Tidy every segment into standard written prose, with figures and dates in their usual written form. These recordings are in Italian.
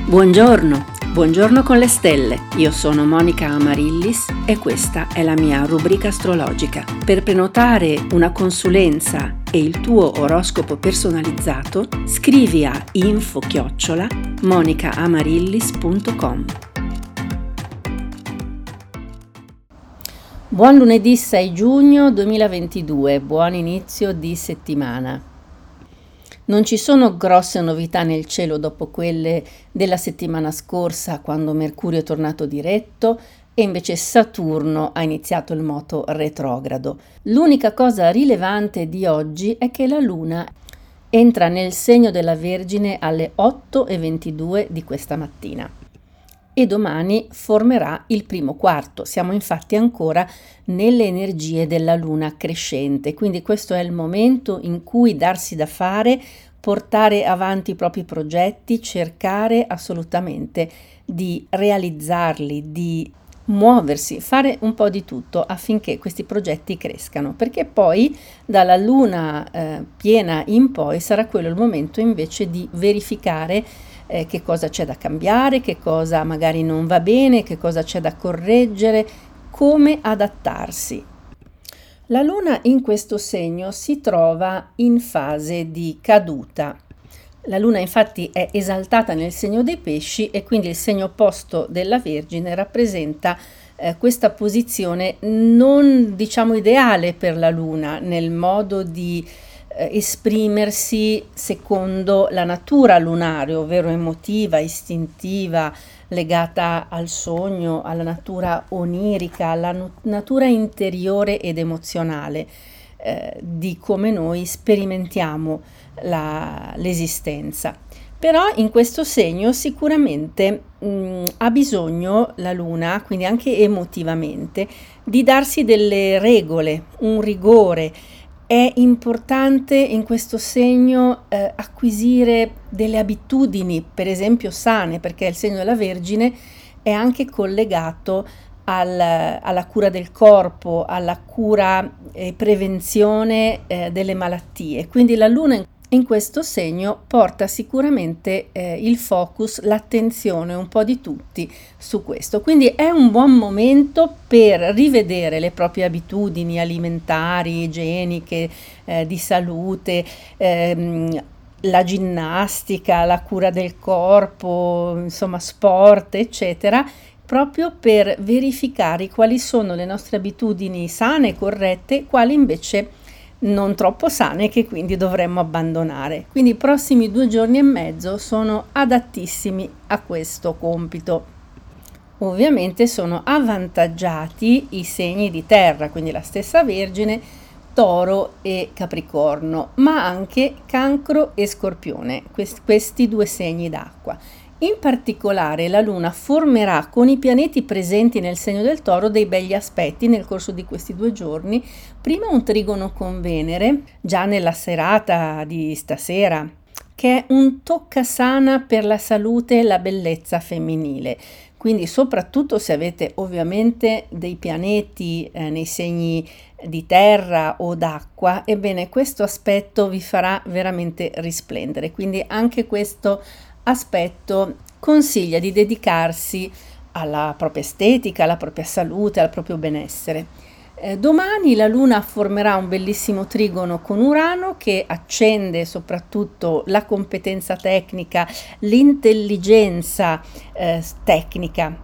Buongiorno, buongiorno con le stelle. Io sono Monica Amarillis e questa è la mia rubrica astrologica. Per prenotare una consulenza e il tuo oroscopo personalizzato, scrivi a info@monicamarillis.com. Buon lunedì 6 giugno 2022, buon inizio di settimana. Non ci sono grosse novità nel cielo dopo quelle della settimana scorsa, quando Mercurio è tornato diretto e invece Saturno ha iniziato il moto retrogrado. L'unica cosa rilevante di oggi è che la Luna entra nel segno della Vergine alle 8:22 di questa mattina e domani formerà il primo quarto. Siamo infatti ancora nelle energie della luna crescente, quindi questo è il momento in cui darsi da fare, portare avanti i propri progetti, cercare assolutamente di realizzarli, di muoversi, fare un po' di tutto affinché questi progetti crescano, perché poi dalla luna piena in poi sarà quello il momento invece di verificare che cosa c'è da cambiare, che cosa magari non va bene, che cosa c'è da correggere, come adattarsi. La Luna in questo segno si trova in fase di caduta. La Luna infatti è esaltata nel segno dei Pesci e quindi il segno opposto della Vergine rappresenta questa posizione non diciamo ideale per la Luna nel modo di esprimersi secondo la natura lunare, ovvero emotiva, istintiva, legata al sogno, alla natura onirica, alla natura interiore ed emozionale di come noi sperimentiamo l'esistenza. Però in questo segno sicuramente ha bisogno la Luna, quindi anche emotivamente, di darsi delle regole, un rigore. È importante in questo segno acquisire delle abitudini, per esempio sane, perché il segno della Vergine è anche collegato alla cura del corpo, alla cura e prevenzione delle malattie. Quindi la Luna in questo segno porta sicuramente il focus, l'attenzione un po' di tutti su questo. Quindi è un buon momento per rivedere le proprie abitudini alimentari, igieniche, di salute, la ginnastica, la cura del corpo, insomma sport, eccetera, proprio per verificare quali sono le nostre abitudini sane e corrette, quali invece non troppo sane che quindi dovremmo abbandonare. Quindi i prossimi 2 giorni e mezzo sono adattissimi a questo compito. Ovviamente sono avvantaggiati i segni di terra, quindi la stessa Vergine, Toro e Capricorno, ma anche Cancro e Scorpione, questi 2 segni d'acqua. In particolare la Luna formerà con i pianeti presenti nel segno del Toro dei begli aspetti nel corso di questi 2 giorni. Prima un trigono con Venere, già nella serata di stasera, che è un toccasana per la salute e la bellezza femminile. Quindi soprattutto se avete ovviamente dei pianeti nei segni di terra o d'acqua, ebbene questo aspetto vi farà veramente risplendere. Quindi anche questo aspetto consiglia di dedicarsi alla propria estetica, alla propria salute, al proprio benessere. Domani la Luna formerà un bellissimo trigono con Urano che accende soprattutto la competenza tecnica, l'intelligenza tecnica.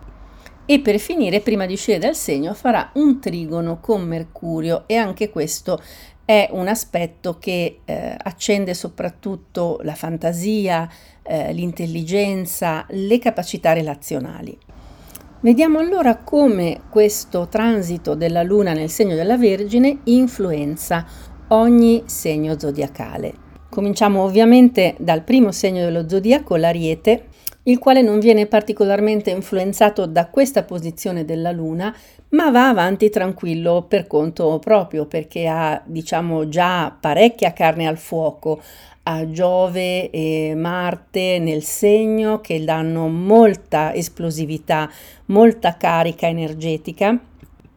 E per finire, prima di uscire dal segno, farà un trigono con Mercurio e anche questo è un aspetto che accende soprattutto la fantasia, l'intelligenza, le capacità relazionali. Vediamo allora come questo transito della Luna nel segno della Vergine influenza ogni segno zodiacale. Cominciamo ovviamente dal primo segno dello zodiaco, l'Ariete, il quale non viene particolarmente influenzato da questa posizione della Luna, ma va avanti tranquillo per conto proprio, perché ha, diciamo, già parecchia carne al fuoco, ha Giove e Marte nel segno che danno molta esplosività, molta carica energetica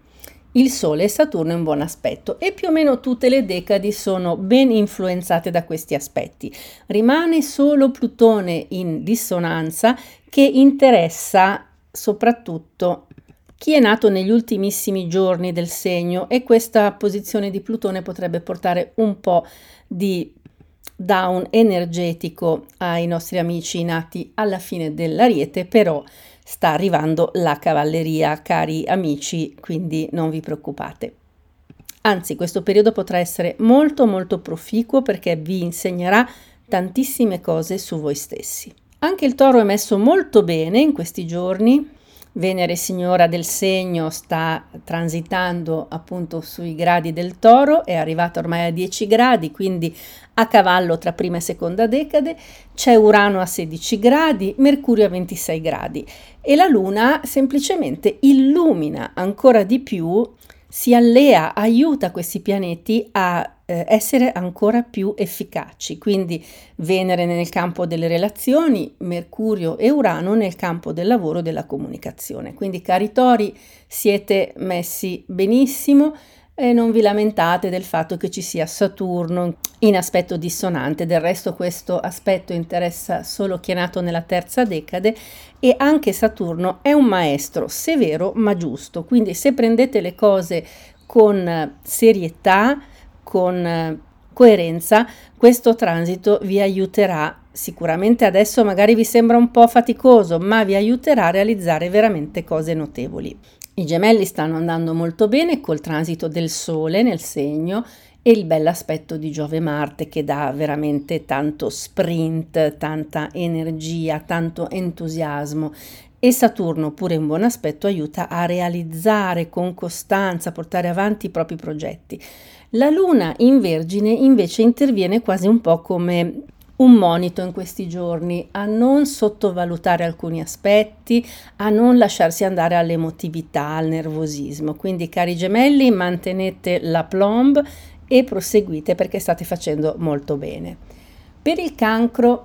il Sole e Saturno in buon aspetto e più o meno tutte le decadi sono ben influenzate da questi aspetti. Rimane solo Plutone in dissonanza che interessa soprattutto chi è nato negli ultimissimi giorni del segno, e questa posizione di Plutone potrebbe portare un po' di down energetico ai nostri amici nati alla fine dell'Ariete, però sta arrivando la cavalleria, cari amici, quindi non vi preoccupate. Anzi, questo periodo potrà essere molto molto proficuo perché vi insegnerà tantissime cose su voi stessi. Anche il Toro è messo molto bene in questi giorni. Venere, signora del segno, sta transitando appunto sui gradi del Toro, è arrivata ormai a 10 gradi, quindi a cavallo tra prima e seconda decade. C'è Urano a 16 gradi, Mercurio a 26 gradi e la Luna semplicemente illumina ancora di più, si allea, aiuta questi pianeti a essere ancora più efficaci. Quindi Venere nel campo delle relazioni, Mercurio e Urano nel campo del lavoro e della comunicazione. Quindi, cari Tori, siete messi benissimo e non vi lamentate del fatto che ci sia Saturno in aspetto dissonante. Del resto questo aspetto interessa solo chi è nato nella terza decade, e anche Saturno è un maestro severo ma giusto, quindi se prendete le cose con serietà, con coerenza, questo transito vi aiuterà sicuramente. Adesso magari vi sembra un po' faticoso, ma vi aiuterà a realizzare veramente cose notevoli. I Gemelli stanno andando molto bene col transito del Sole nel segno e il bell'aspetto di Giove-Marte che dà veramente tanto sprint, tanta energia, tanto entusiasmo, e Saturno pure in buon aspetto aiuta a realizzare con costanza, portare avanti i propri progetti. La Luna in Vergine invece interviene quasi un po' come un monito in questi giorni a non sottovalutare alcuni aspetti, a non lasciarsi andare all'emotività, al nervosismo. Quindi, cari Gemelli, mantenete la plomb e proseguite perché state facendo molto bene. Per il Cancro,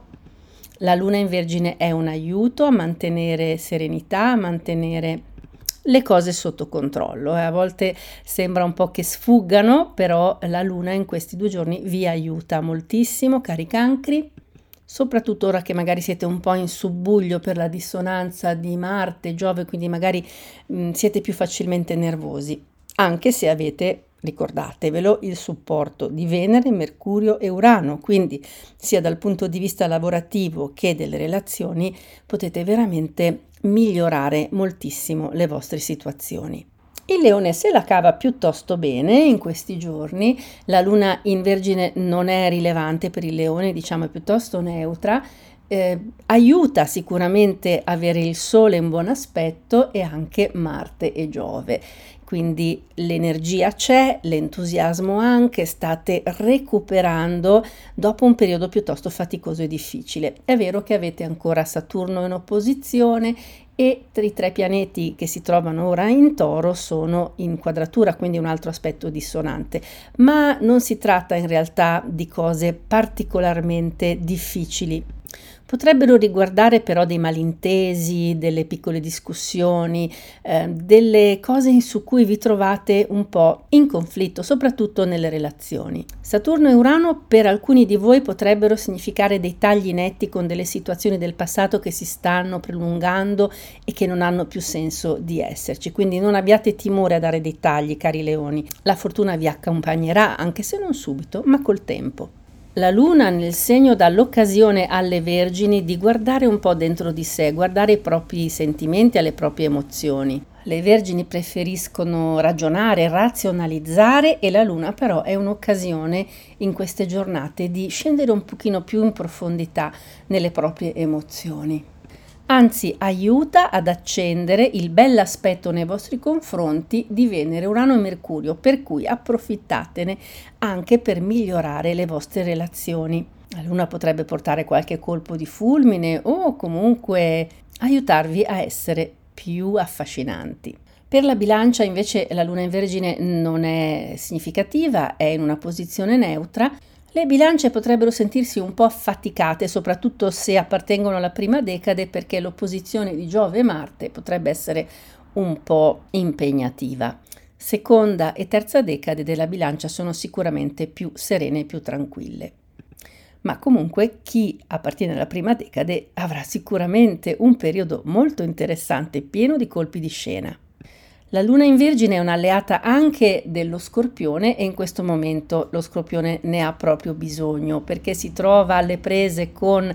la Luna in Vergine è un aiuto a mantenere serenità, a mantenere le cose sotto controllo. A volte sembra un po' che sfuggano, però la Luna in questi 2 giorni vi aiuta moltissimo, cari Cancri, soprattutto ora che magari siete un po' in subbuglio per la dissonanza di Marte e Giove, quindi magari siete più facilmente nervosi, anche se avete, ricordatevelo, il supporto di Venere, Mercurio e Urano, quindi sia dal punto di vista lavorativo che delle relazioni potete veramente migliorare moltissimo le vostre situazioni. Il Leone se la cava piuttosto bene in questi giorni. La Luna in Vergine non è rilevante per il Leone, diciamo è piuttosto neutra. Aiuta sicuramente avere il Sole in buon aspetto e anche Marte e Giove. Quindi l'energia c'è, l'entusiasmo anche, state recuperando dopo un periodo piuttosto faticoso e difficile. È vero che avete ancora Saturno in opposizione e i 3 pianeti che si trovano ora in Toro sono in quadratura, quindi un altro aspetto dissonante, ma non si tratta in realtà di cose particolarmente difficili. Potrebbero riguardare però dei malintesi, delle piccole discussioni, delle cose su cui vi trovate un po' in conflitto, soprattutto nelle relazioni. Saturno e Urano per alcuni di voi potrebbero significare dei tagli netti con delle situazioni del passato che si stanno prolungando e che non hanno più senso di esserci. Quindi non abbiate timore a dare dei tagli, cari leoni. La fortuna vi accompagnerà, anche se non subito, ma col tempo. La Luna nel segno dà l'occasione alle Vergini di guardare un po' dentro di sé, guardare i propri sentimenti e le proprie emozioni. Le Vergini preferiscono ragionare, razionalizzare, e la Luna però è un'occasione in queste giornate di scendere un pochino più in profondità nelle proprie emozioni. Anzi, aiuta ad accendere il bell'aspetto nei vostri confronti di Venere, Urano e Mercurio, per cui approfittatene anche per migliorare le vostre relazioni. La Luna potrebbe portare qualche colpo di fulmine o comunque aiutarvi a essere più affascinanti. Per la Bilancia invece la Luna in Vergine non è significativa, è in una posizione neutra. Le bilance potrebbero sentirsi un po' affaticate, soprattutto se appartengono alla prima decade, perché l'opposizione di Giove e Marte potrebbe essere un po' impegnativa. seconda e terza decade della bilancia sono sicuramente più serene e più tranquille. Ma comunque chi appartiene alla prima decade avrà sicuramente un periodo molto interessante, pieno di colpi di scena. La luna in Vergine è un'alleata anche dello Scorpione e in questo momento lo Scorpione ne ha proprio bisogno perché si trova alle prese con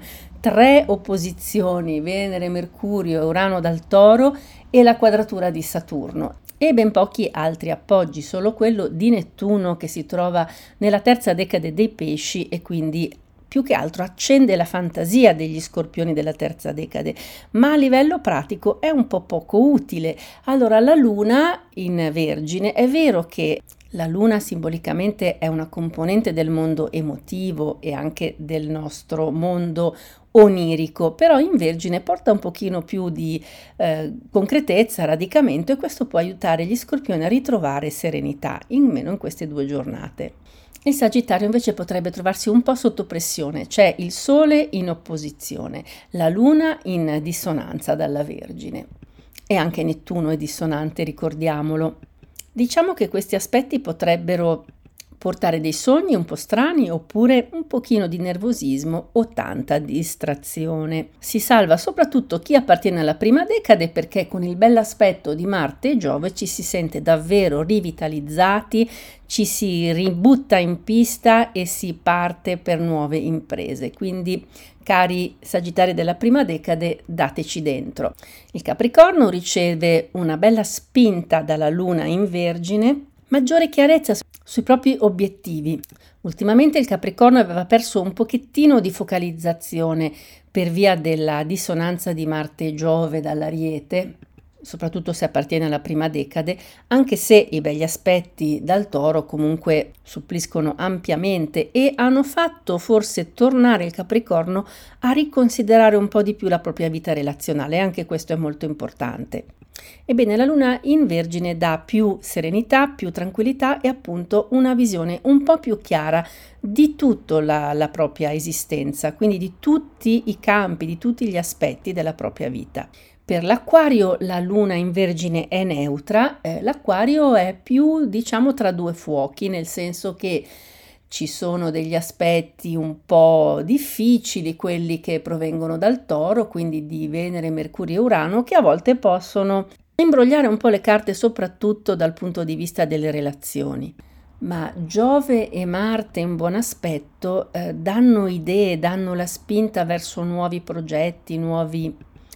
3 opposizioni, Venere, Mercurio e Urano dal Toro e la quadratura di Saturno e ben pochi altri appoggi, solo quello di Nettuno che si trova nella terza decade dei Pesci e quindi più che altro accende la fantasia degli scorpioni della terza decade, ma a livello pratico è un po' poco utile. Allora, la luna in Vergine, è vero che la luna simbolicamente è una componente del mondo emotivo e anche del nostro mondo onirico, però in Vergine porta un pochino più di concretezza, radicamento, e questo può aiutare gli scorpioni a ritrovare serenità, in queste 2 giornate. Il Sagittario invece potrebbe trovarsi un po' sotto pressione, c'è il Sole in opposizione, la Luna in dissonanza dalla Vergine e anche Nettuno è dissonante, ricordiamolo. Diciamo che questi aspetti potrebbero portare dei sogni un po' strani oppure un pochino di nervosismo o tanta distrazione. Si salva soprattutto chi appartiene alla prima decade perché con il bell'aspetto di Marte e Giove ci si sente davvero rivitalizzati, ci si ributta in pista e si parte per nuove imprese. Quindi, cari Sagittari della prima decade, dateci dentro. Il Capricorno riceve una bella spinta dalla Luna in Vergine, maggiore chiarezza sui propri obiettivi. Ultimamente il Capricorno aveva perso un pochettino di focalizzazione per via della dissonanza di Marte e Giove dall'Ariete, soprattutto se appartiene alla prima decade, anche se i begli aspetti dal Toro comunque suppliscono ampiamente e hanno fatto forse tornare il Capricorno a riconsiderare un po' di più la propria vita relazionale, anche questo è molto importante. Ebbene, la luna in Vergine dà più serenità, più tranquillità e appunto una visione un po' più chiara di tutta la propria esistenza, quindi di tutti i campi, di tutti gli aspetti della propria vita. Per l'Acquario la luna in Vergine è neutra, l'Acquario è più diciamo tra 2 fuochi, nel senso che ci sono degli aspetti un po' difficili, quelli che provengono dal Toro, quindi di Venere, Mercurio e Urano, che a volte possono imbrogliare un po' le carte, soprattutto dal punto di vista delle relazioni. Ma Giove e Marte in buon aspetto danno idee, danno la spinta verso nuovi progetti, nuovi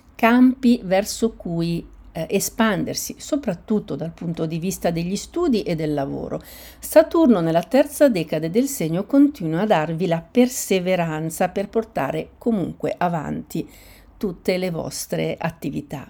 campi verso cui espandersi, soprattutto dal punto di vista degli studi e del lavoro. Saturno nella terza decade del segno continua a darvi la perseveranza per portare comunque avanti tutte le vostre attività.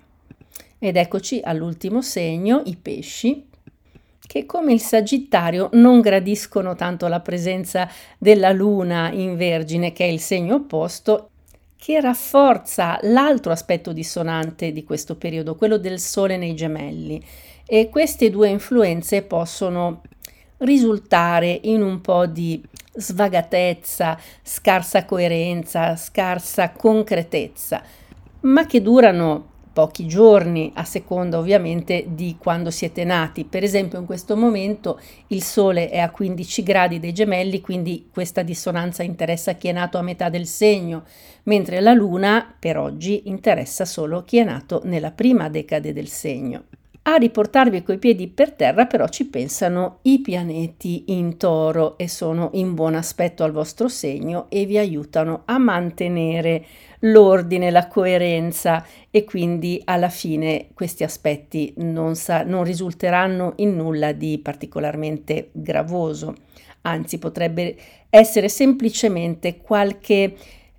Ed eccoci all'ultimo segno, i Pesci, che come il Sagittario non gradiscono tanto la presenza della Luna in Vergine, che è il segno opposto, che rafforza l'altro aspetto dissonante di questo periodo, quello del Sole nei Gemelli. E queste 2 influenze possono risultare in un po' di svagatezza, scarsa coerenza, scarsa concretezza, ma che durano pochi giorni a seconda ovviamente di quando siete nati. Per esempio in questo momento il Sole è a 15 gradi dei Gemelli, quindi questa dissonanza interessa chi è nato a metà del segno, mentre la Luna per oggi interessa solo chi è nato nella prima decade del segno. A riportarvi coi piedi per terra però ci pensano i pianeti in Toro e sono in buon aspetto al vostro segno e vi aiutano a mantenere l'ordine, la coerenza e quindi alla fine questi aspetti non risulteranno in nulla di particolarmente gravoso, anzi potrebbe essere semplicemente qualche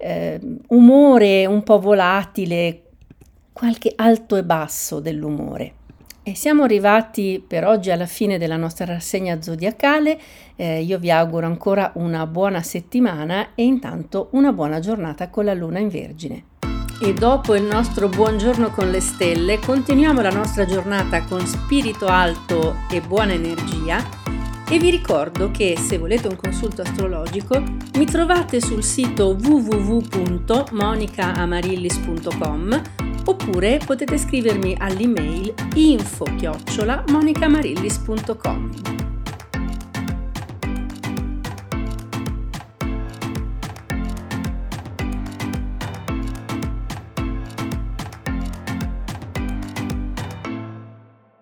umore un po' volatile, qualche alto e basso dell'umore. E siamo arrivati per oggi alla fine della nostra rassegna zodiacale. Io vi auguro ancora una buona settimana e intanto una buona giornata con la Luna in Vergine. E dopo il nostro buongiorno con le stelle, continuiamo la nostra giornata con spirito alto e buona energia. E vi ricordo che se volete un consulto astrologico mi trovate sul sito www.monicaamarillis.com oppure potete scrivermi all'email info@monicamarillis.com.